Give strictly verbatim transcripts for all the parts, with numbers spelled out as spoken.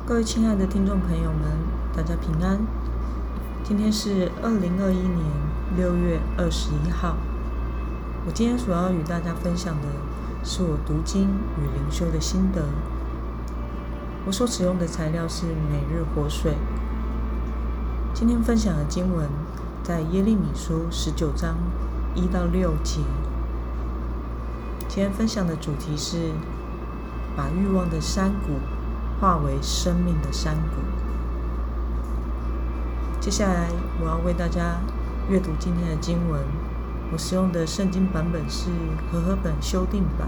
各位亲爱的听众朋友们，大家平安。今天是二零二一年六月二十一号。我今天所要与大家分享的是我读经与灵修的心得。我所使用的材料是每日活水。今天分享的经文在耶利米书十九章一到六节。今天分享的主题是把欲望的山谷化为生命的山谷。接下来我要为大家阅读今天的经文，我使用的圣经版本是和合本修订版。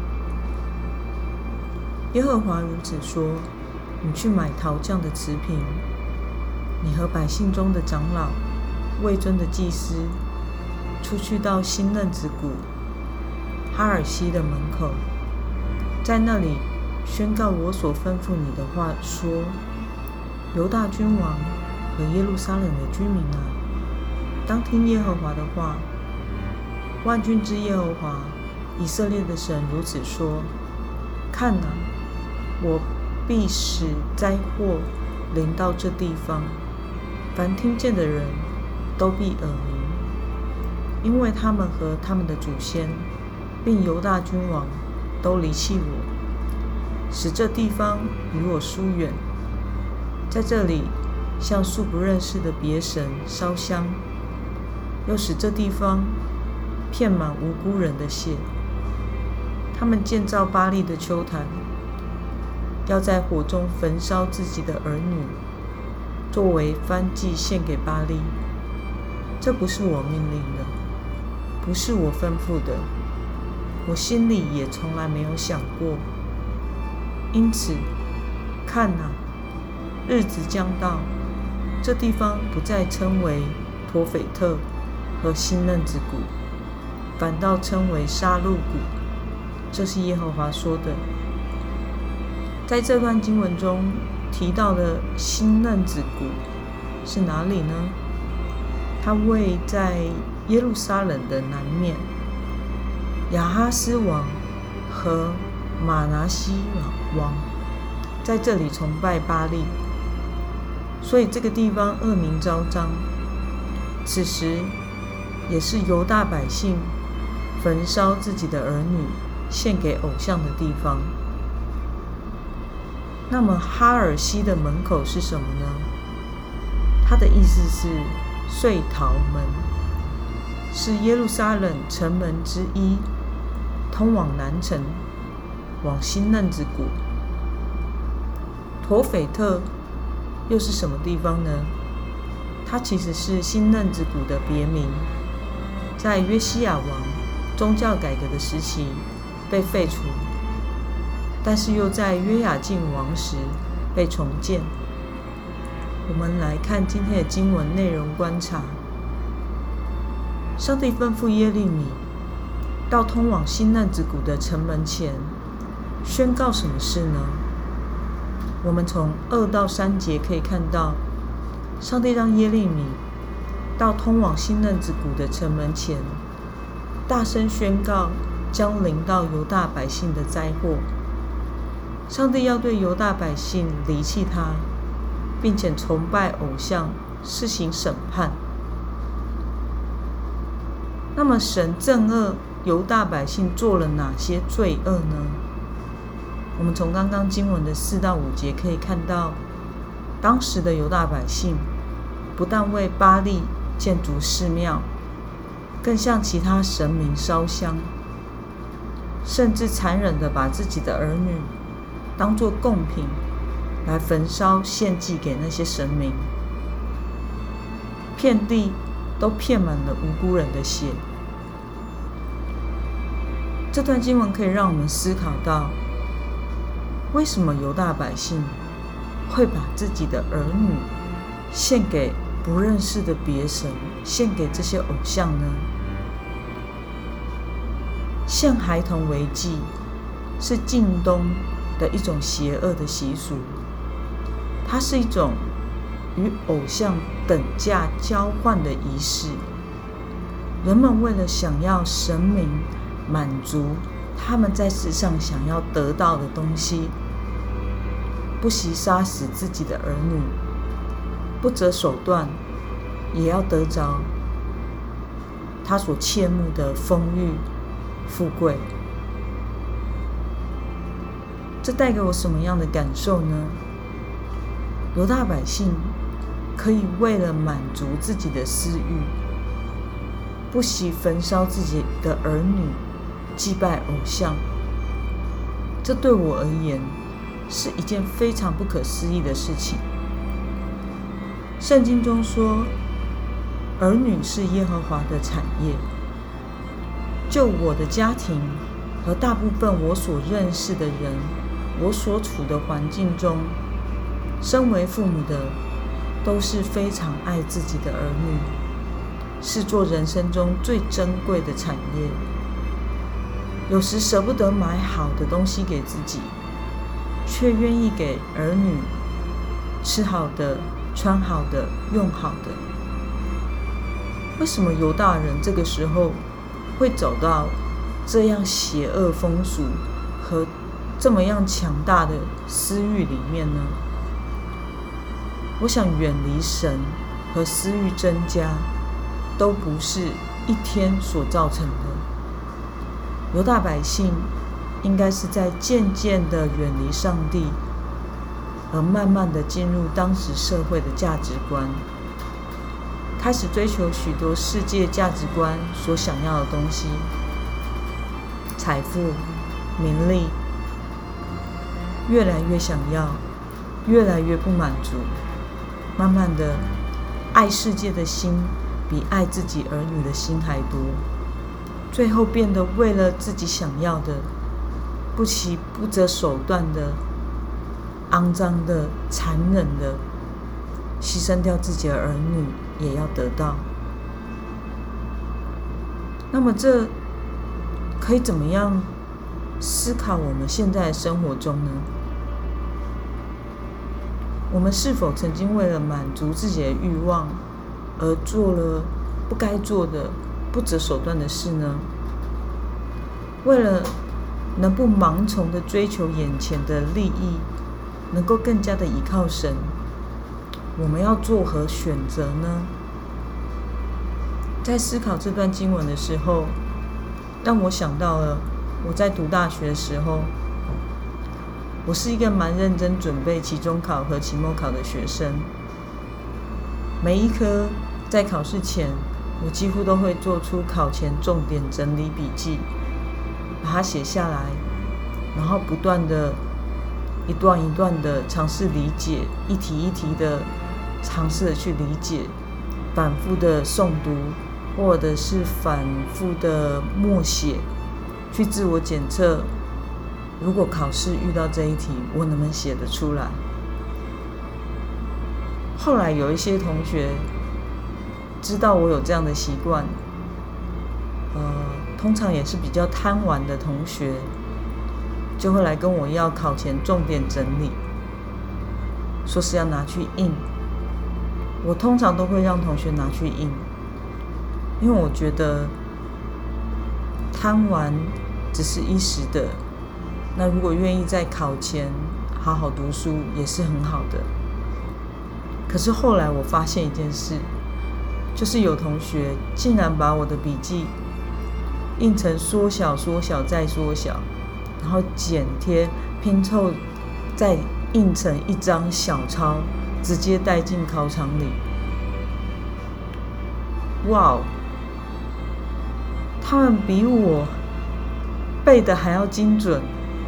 耶和华如此说：你去买陶匠的瓷瓶，你和百姓中的长老、位尊的祭司，出去到新嫩子谷哈尔西的门口，在那里宣告我所吩咐你的话，说：犹大君王和耶路撒冷的居民啊，当听耶和华的话。万军之耶和华以色列的神如此说：看啊，我必使灾祸临到这地方，凡听见的人都必耳鸣，因为他们和他们的祖先并犹大君王都离弃我，使这地方与我疏远，在这里向素不认识的别神烧香，又使这地方遍满无辜人的血。他们建造巴力的丘坛，要在火中焚烧自己的儿女，作为燔祭献给巴力。这不是我命令的，不是我吩咐的，我心里也从来没有想过。因此，看啊，日子将到，这地方不再称为陀斐特和新嫩子谷，反倒称为杀戮谷。这是耶和华说的。在这段经文中提到的新嫩子谷是哪里呢？它位在耶路撒冷的南面。亚哈斯王和马拿西王在这里崇拜巴力，所以这个地方恶名昭彰。此时也是犹大百姓焚烧自己的儿女献给偶像的地方。那么哈尔西的门口是什么呢？它的意思是隧逃门，是耶路撒冷城门之一，通往南城，往新嫩子谷。陀斐特又是什么地方呢？它其实是新嫩子谷的别名，在约西亚王宗教改革的时期被废除，但是又在约雅敬王时被重建。我们来看今天的经文内容观察。上帝吩咐耶利米到通往新嫩子谷的城门前宣告什么事呢？我们从二到三节可以看到，上帝让耶利米到通往新嫩子谷的城门前，大声宣告将临到犹大百姓的灾祸。上帝要对犹大百姓离弃他，并且崇拜偶像施行审判。那么神憎恶犹大百姓做了哪些罪恶呢？我们从刚刚经文的四到五节可以看到，当时的犹大百姓不但为巴力建筑寺庙，更向其他神明烧香，甚至残忍地把自己的儿女当作贡品来焚烧献祭给那些神明，遍地都遍满了无辜人的血。这段经文可以让我们思考到，为什么犹大百姓会把自己的儿女献给不认识的别神，献给这些偶像呢？献孩童为祭是近东的一种邪恶的习俗，它是一种与偶像等价交换的仪式。人们为了想要神明满足他们在世上想要得到的东西， 不惜杀死自己的儿女，不择手段也要得着他所切慕的丰裕、富贵。这带给我什么样的感受呢？犹大百姓可以为了满足自己的私欲，不惜焚烧自己的儿女，祭拜偶像。这对我而言是一件非常不可思议的事情。圣经中说，儿女是耶和华的产业。就我的家庭和大部分我所认识的人，我所处的环境中，身为父母的都是非常爱自己的儿女，是做人生中最珍贵的产业。有时舍不得买好的东西给自己，却愿意给儿女吃好的、穿好的、用好的。为什么犹大人这个时候会走到这样邪恶风俗和这么样强大的私欲里面呢？我想远离神和私欲增加，都不是一天所造成的。犹大百姓应该是在渐渐的远离上帝，而慢慢的进入当时社会的价值观，开始追求许多世界价值观所想要的东西，财富、名利，越来越想要，越来越不满足，慢慢的，爱世界的心比爱自己儿女的心还多，最后变得为了自己想要的，不惜不择手段的、肮脏的、残忍的，牺牲掉自己的儿女也要得到。那么这可以怎么样思考我们现在的生活中呢？我们是否曾经为了满足自己的欲望而做了不该做的、不择手段的事呢？为了能不盲从的追求眼前的利益，能够更加的依靠神，我们要做何选择呢？在思考这段经文的时候，让我想到了我在读大学的时候，我是一个蛮认真准备期中考和期末考的学生。每一科在考试前，我几乎都会做出考前重点整理笔记，把它写下来，然后不断的一段一段的尝试理解，一题一题的尝试的去理解，反复的诵读，或者是反复的默写，去自我检测，如果考试遇到这一题，我能不能写得出来？后来有一些同学知道我有这样的习惯，呃，通常也是比较贪玩的同学，就会来跟我要考前重点整理，说是要拿去印。我通常都会让同学拿去印，因为我觉得贪玩只是一时的，那如果愿意在考前好好读书也是很好的。可是后来我发现一件事，就是有同学竟然把我的笔记印成缩小、缩小再缩小，然后剪贴拼凑，再印成一张小抄，直接带进考场里。哇哦！他们比我背的还要精准，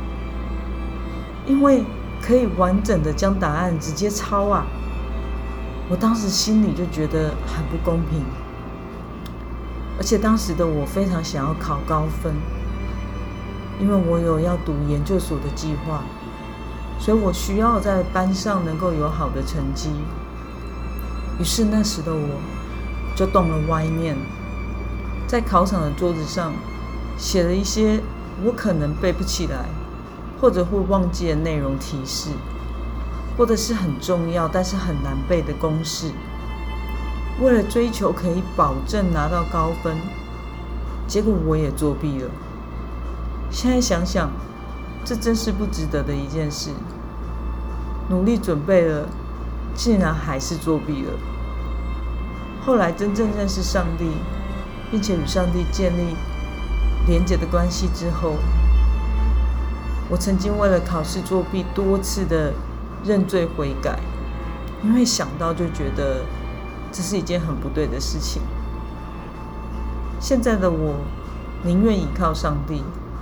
因为可以完整的将答案直接抄啊！我当时心里就觉得很不公平，而且当时的我非常想要考高分，因为我有要读研究所的计划，所以我需要在班上能够有好的成绩。于是那时的我就动了歪念，在考场的桌子上写了一些我可能背不起来，或者会忘记的内容提示，或者是很重要但是很难背的公式。为了追求可以保证拿到高分，结果我也作弊了。现在想想，这真是不值得的一件事。 努力准备了，竟然还是作弊了。后来真正认识上帝，并且与上帝建立连结的关系之后，我曾经为了考试作弊多次的认罪悔改，因为想到就觉得这是一件很不对的事情。现在的我宁愿依靠上帝，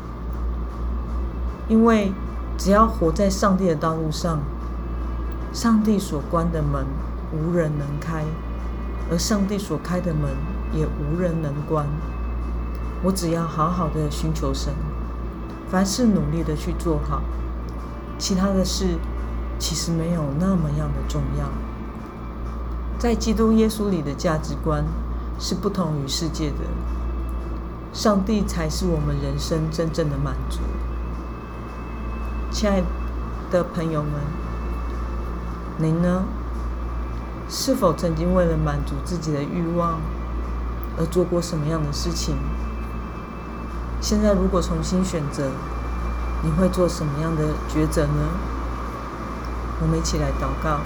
因为只要活在上帝的道路上，上帝所关的门无人能开，而上帝所开的门也无人能关。我只要好好的寻求神，凡事努力的去做好，其他的事其实没有那么样的重要。在基督耶稣里的价值观是不同于世界的，上帝才是我们人生真正的满足。亲爱的朋友们，您呢？是否曾经为了满足自己的欲望而做过什么样的事情？现在如果重新选择，你会做什么样的抉择呢？我们一起来祷告。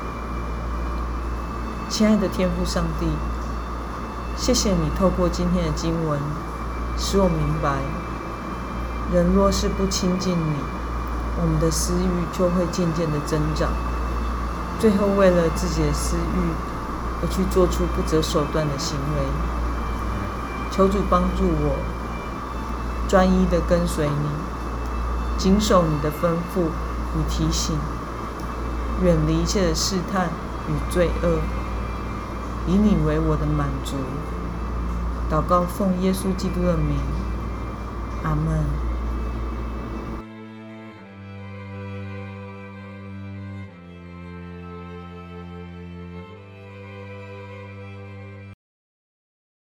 亲爱的天父上帝，谢谢你透过今天的经文，使我明白，人若是不亲近你，我们的私欲就会渐渐的增长，最后为了自己的私欲而去做出不择手段的行为。求主帮助我专一的跟随你，谨守你的吩咐与提醒，远离一切的试探与罪恶，以你为我的满足。祷告奉耶稣基督的名，阿们。